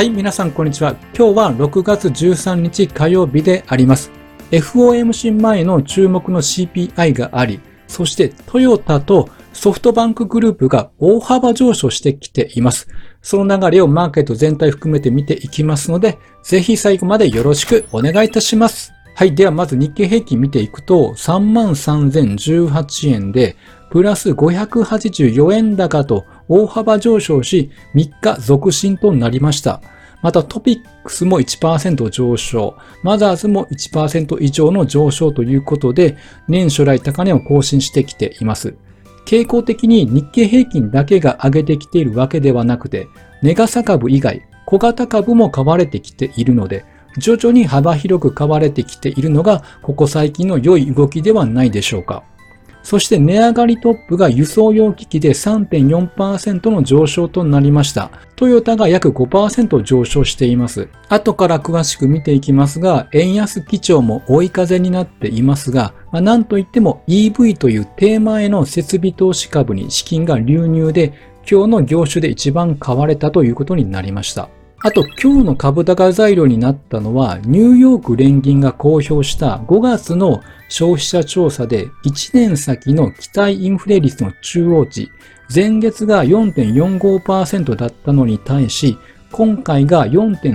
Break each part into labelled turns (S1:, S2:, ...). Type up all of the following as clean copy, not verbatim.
S1: はい、皆さんこんにちは。今日は6月13日火曜日であります。FOMC 前の注目の CPI があり、そしてトヨタとソフトバンクグループが大幅上昇してきています。その流れをマーケット全体含めて見ていきますので、ぜひ最後までよろしくお願いいたします。はい。ではまず日経平均見ていくと、33,018 円で、プラス584円高と大幅上昇し、3日続伸となりました。またトピックスも 1% 上昇、マザーズも 1% 以上の上昇ということで、年初来高値を更新してきています。傾向的に日経平均だけが上げてきているわけではなくて、値傘株以外、小型株も買われてきているので、徐々に幅広く買われてきているのが、ここ最近の良い動きではないでしょうか。そして値上がりトップが輸送用機器で 3.4% の上昇となりました。トヨタが約 5% 上昇しています。後から詳しく見ていきますが、円安基調も追い風になっていますが、なんといっても EV というテーマへの設備投資株に資金が流入で、今日の業種で一番買われたということになりました。あと今日の株高材料になったのはニューヨーク連銀が公表した5月の消費者調査で1年先の期待インフレ率の中央値、前月が 4.45% だったのに対し、今回が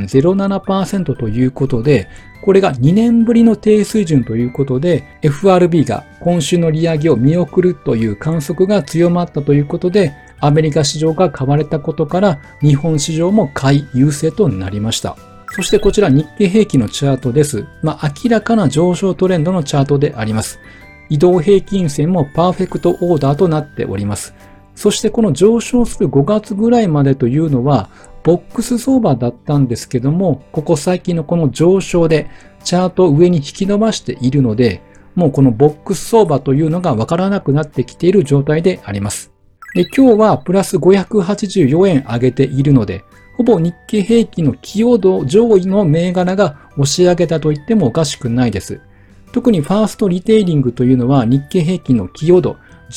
S1: 4.07% ということで、これが2年ぶりの低水準ということで、FRB が今週の利上げを見送るという観測が強まったということで、アメリカ市場が買われたことから、日本市場も買い優勢となりました。そしてこちら日経平均のチャートです。明らかな上昇トレンドのチャートであります。移動平均線もパーフェクトオーダーとなっております。そしてこの上昇する5月ぐらいまでというのは、ボックス相場だったんですけども、ここ最近のこの上昇でチャートを上に引き伸ばしているので、もうこのボックス相場というのがわからなくなってきている状態であります。で、今日はプラス584円上げているので、ほぼ日経平均の寄与度上位の銘柄が押し上げたと言ってもおかしくないです。特にファーストリテイリングというのは日経平均の寄与度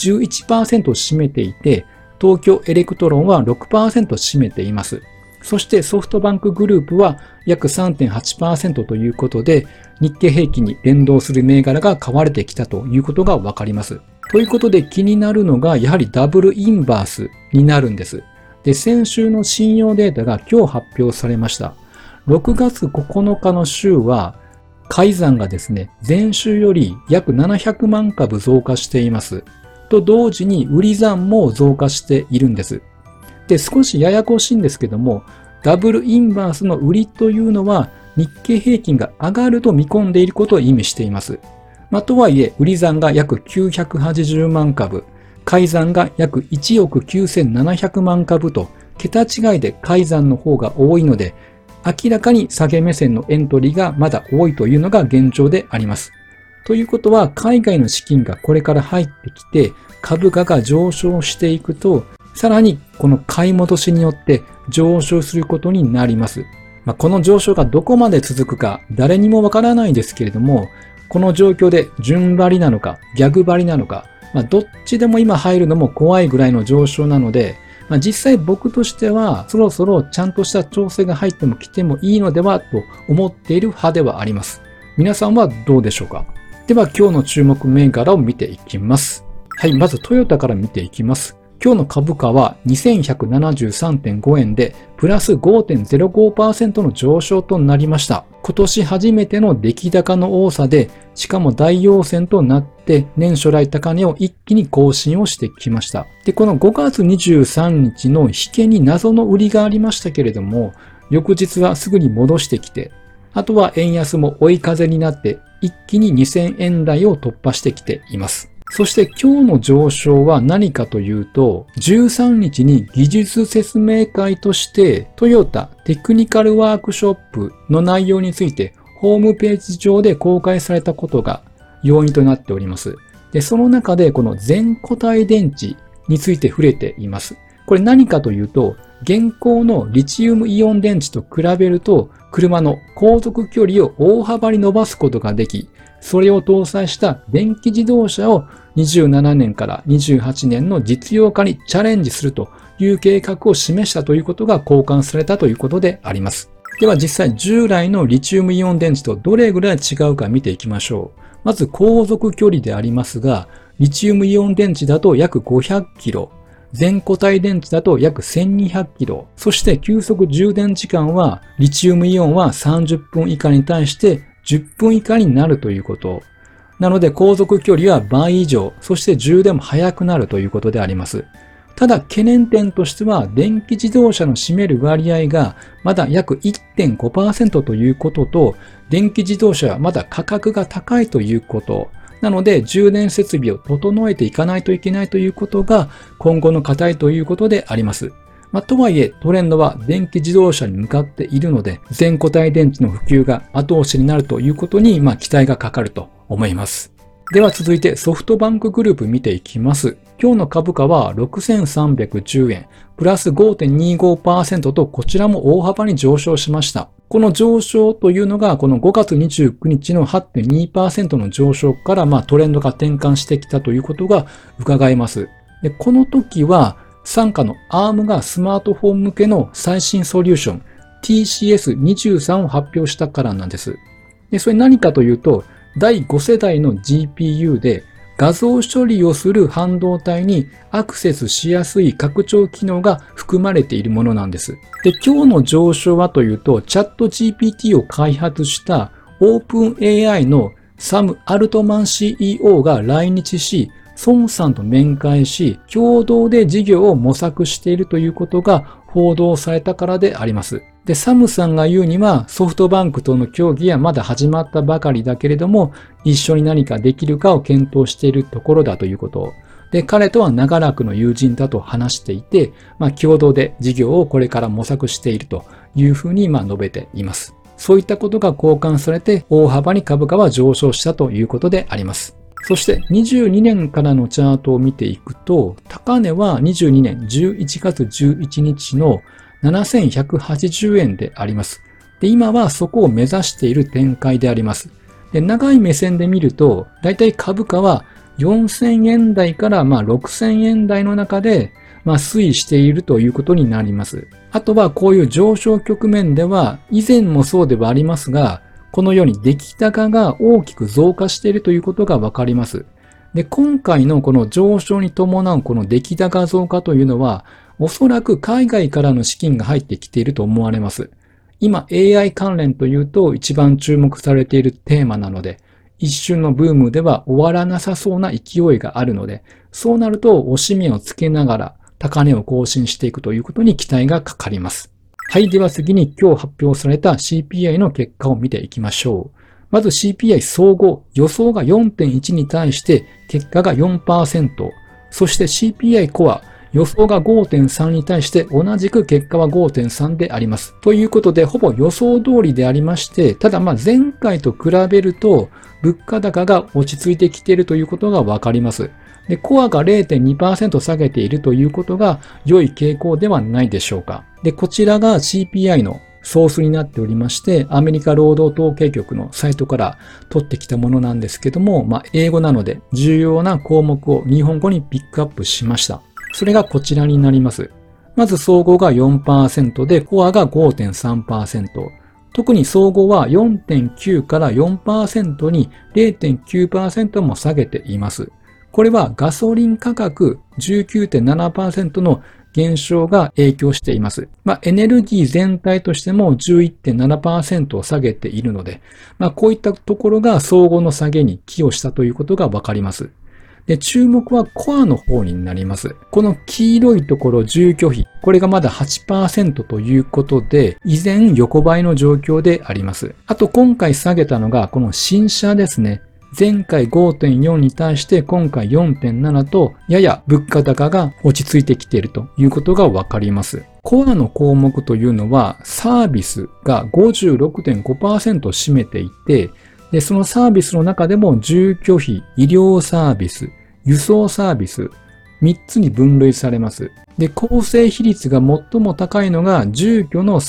S1: 11% を占めていて、東京エレクトロンは 6% 占めています。そしてソフトバンクグループは約 3.8% ということで、日経平均に連動する銘柄が買われてきたということがわかります。ということで気になるのがやはりダブルインバースになるんです。で、先週の信用データが今日発表されました。6月9日の週は買い算がですね、前週より約700万株増加しています。と同時に売り算も増加しているんです。で、少しややこしいんですけども、ダブルインバースの売りというのは日経平均が上がると見込んでいることを意味しています。とはいえ、売り算が約980万株、買い算が約1億9700万株と、桁違いで買い算の方が多いので、明らかに下げ目線のエントリーがまだ多いというのが現状であります。ということは、海外の資金がこれから入ってきて、株価が上昇していくと、さらにこの買い戻しによって上昇することになります。この上昇がどこまで続くか誰にもわからないですけれども、この状況で順張りなのか逆張りなのか、どっちでも今入るのも怖いぐらいの上昇なので、実際僕としてはそろそろちゃんとした調整が入っても来てもいいのではと思っている派ではあります。皆さんはどうでしょうか？では今日の注目銘柄を見ていきます。はい、まずトヨタから見ていきます。今日の株価は 2173.5 円でプラス 5.05% の上昇となりました。今年初めての出来高の多さで、しかも大陽線となって年初来高値を一気に更新をしてきました。で、この5月23日の引けに謎の売りがありましたけれども、翌日はすぐに戻してきて、あとは円安も追い風になって一気に2000円台を突破してきています。そして今日の上昇は何かというと、13日に技術説明会としてトヨタテクニカルワークショップの内容についてホームページ上で公開されたことが要因となっております。で、その中でこの全固体電池について触れています。これ何かというと、現行のリチウムイオン電池と比べると車の航続距離を大幅に伸ばすことができ、それを搭載した電気自動車を27年から28年の実用化にチャレンジするという計画を示したということが交換されたということであります。では実際従来のリチウムイオン電池とどれぐらい違うか見ていきましょう。まず航続距離でありますが、リチウムイオン電池だと約500キロ、全固体電池だと約1200キロ、そして急速充電時間はリチウムイオンは30分以下に対して10分以下になるということ。なので航続距離は倍以上、そして充電も速くなるということであります。ただ懸念点としては電気自動車の占める割合がまだ約 1.5% ということと、電気自動車はまだ価格が高いということ。なので充電設備を整えていかないといけないということが今後の課題ということであります。とはいえトレンドは電気自動車に向かっているので、全固体電池の普及が後押しになるということに期待がかかると思います。では続いてソフトバンクグループ見ていきます。今日の株価は6310円、プラス 5.25% とこちらも大幅に上昇しました。この上昇というのがこの5月29日の 8.2% の上昇からトレンドが転換してきたということが伺えます。で、この時は傘下の ARM がスマートフォン向けの最新ソリューション TCS23 を発表したからなんです。で、それ何かというと、第5世代の GPU で画像処理をする半導体にアクセスしやすい拡張機能が含まれているものなんです。で、今日の上昇はというと、チャット GPT を開発したオープン AI のサム・アルトマン CEO が来日し、孫さんと面会し、共同で事業を模索しているということが報道されたからであります。で、サムさんが言うにはソフトバンクとの協議はまだ始まったばかりだけれども、一緒に何かできるかを検討しているところだということ。で、彼とは長らくの友人だと話していて、共同で事業をこれから模索しているというふうに述べています。そういったことが交換されて大幅に株価は上昇したということであります。そして22年からのチャートを見ていくと、高値は22年11月11日の7180円であります。で、今はそこを目指している展開であります。で、長い目線で見ると、だいたい株価は4000円台から6000円台の中で推移しているということになります。あとはこういう上昇局面では、以前もそうではありますが、このように出来高が大きく増加しているということがわかります。で、今回のこの上昇に伴うこの出来高増加というのは、おそらく海外からの資金が入ってきていると思われます。今 AI 関連というと一番注目されているテーマなので、一瞬のブームでは終わらなさそうな勢いがあるので、そうなると押し目をつけながら高値を更新していくということに期待がかかります。はい。では次に今日発表された CPI の結果を見ていきましょう。まず CPI 総合、予想が 4.1 に対して結果が 4%。そして CPI コア、予想が 5.3 に対して同じく結果は 5.3 であります。ということでほぼ予想通りでありまして、ただ前回と比べると物価高が落ち着いてきているということがわかります。で、コアが 0.2% 下げているということが良い傾向ではないでしょうか。で、こちらが CPI のソースになっておりまして、アメリカ労働統計局のサイトから取ってきたものなんですけども、英語なので重要な項目を日本語にピックアップしました。それがこちらになります。まず総合が 4% で、コアが 5.3%。特に総合は 4.9 から 4% に 0.9% も下げています。これはガソリン価格 19.7% の減少が影響しています。エネルギー全体としても 11.7% を下げているので、こういったところが総合の下げに寄与したということがわかります。で、注目はコアの方になります。この黄色いところ住居費、これがまだ 8% ということで、依然横ばいの状況であります。あと今回下げたのがこの新車ですね。前回 5.4 に対して今回 4.7 とやや物価高が落ち着いてきているということがわかります。コアの項目というのはサービスが 56.5% 占めていて、で、そのサービスの中でも住居費、医療サービス、輸送サービス、3つに分類されます。で、構成比率が最も高いのが住居の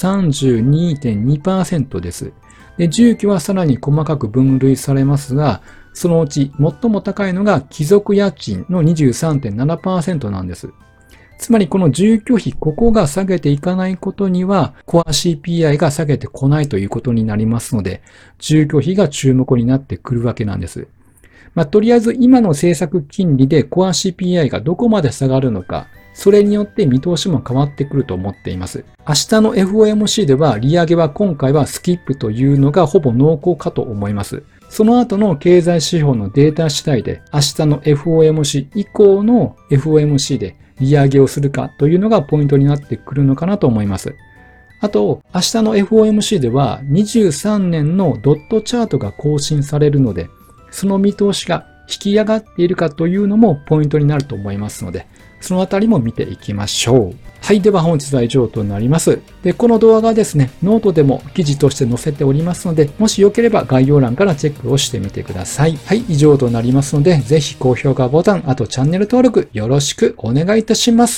S1: 32.2% です。で、住居はさらに細かく分類されますが、そのうち最も高いのが貴族家賃の 23.7% なんです。 つまりこの住居費、ここが下げていかないことには、コア CPI が下げてこないということになりますので、住居費が注目になってくるわけなんです。とりあえず今の政策金利でコア CPI がどこまで下がるのか、それによって見通しも変わってくると思っています。明日の FOMC では利上げは今回はスキップというのがほぼ濃厚かと思います。その後の経済指標のデータ次第で明日の FOMC 以降の FOMC で利上げをするかというのがポイントになってくるのかなと思います。あと、明日の FOMC では23年のドットチャートが更新されるので、その見通しが引き上がっているかというのもポイントになると思いますので、そのあたりも見ていきましょう。はい。では本日は以上となります。で、この動画がですね、ノートでも記事として載せておりますので、もしよければ概要欄からチェックをしてみてください。はい。以上となりますので、ぜひ高評価ボタン、あとチャンネル登録よろしくお願いいたします。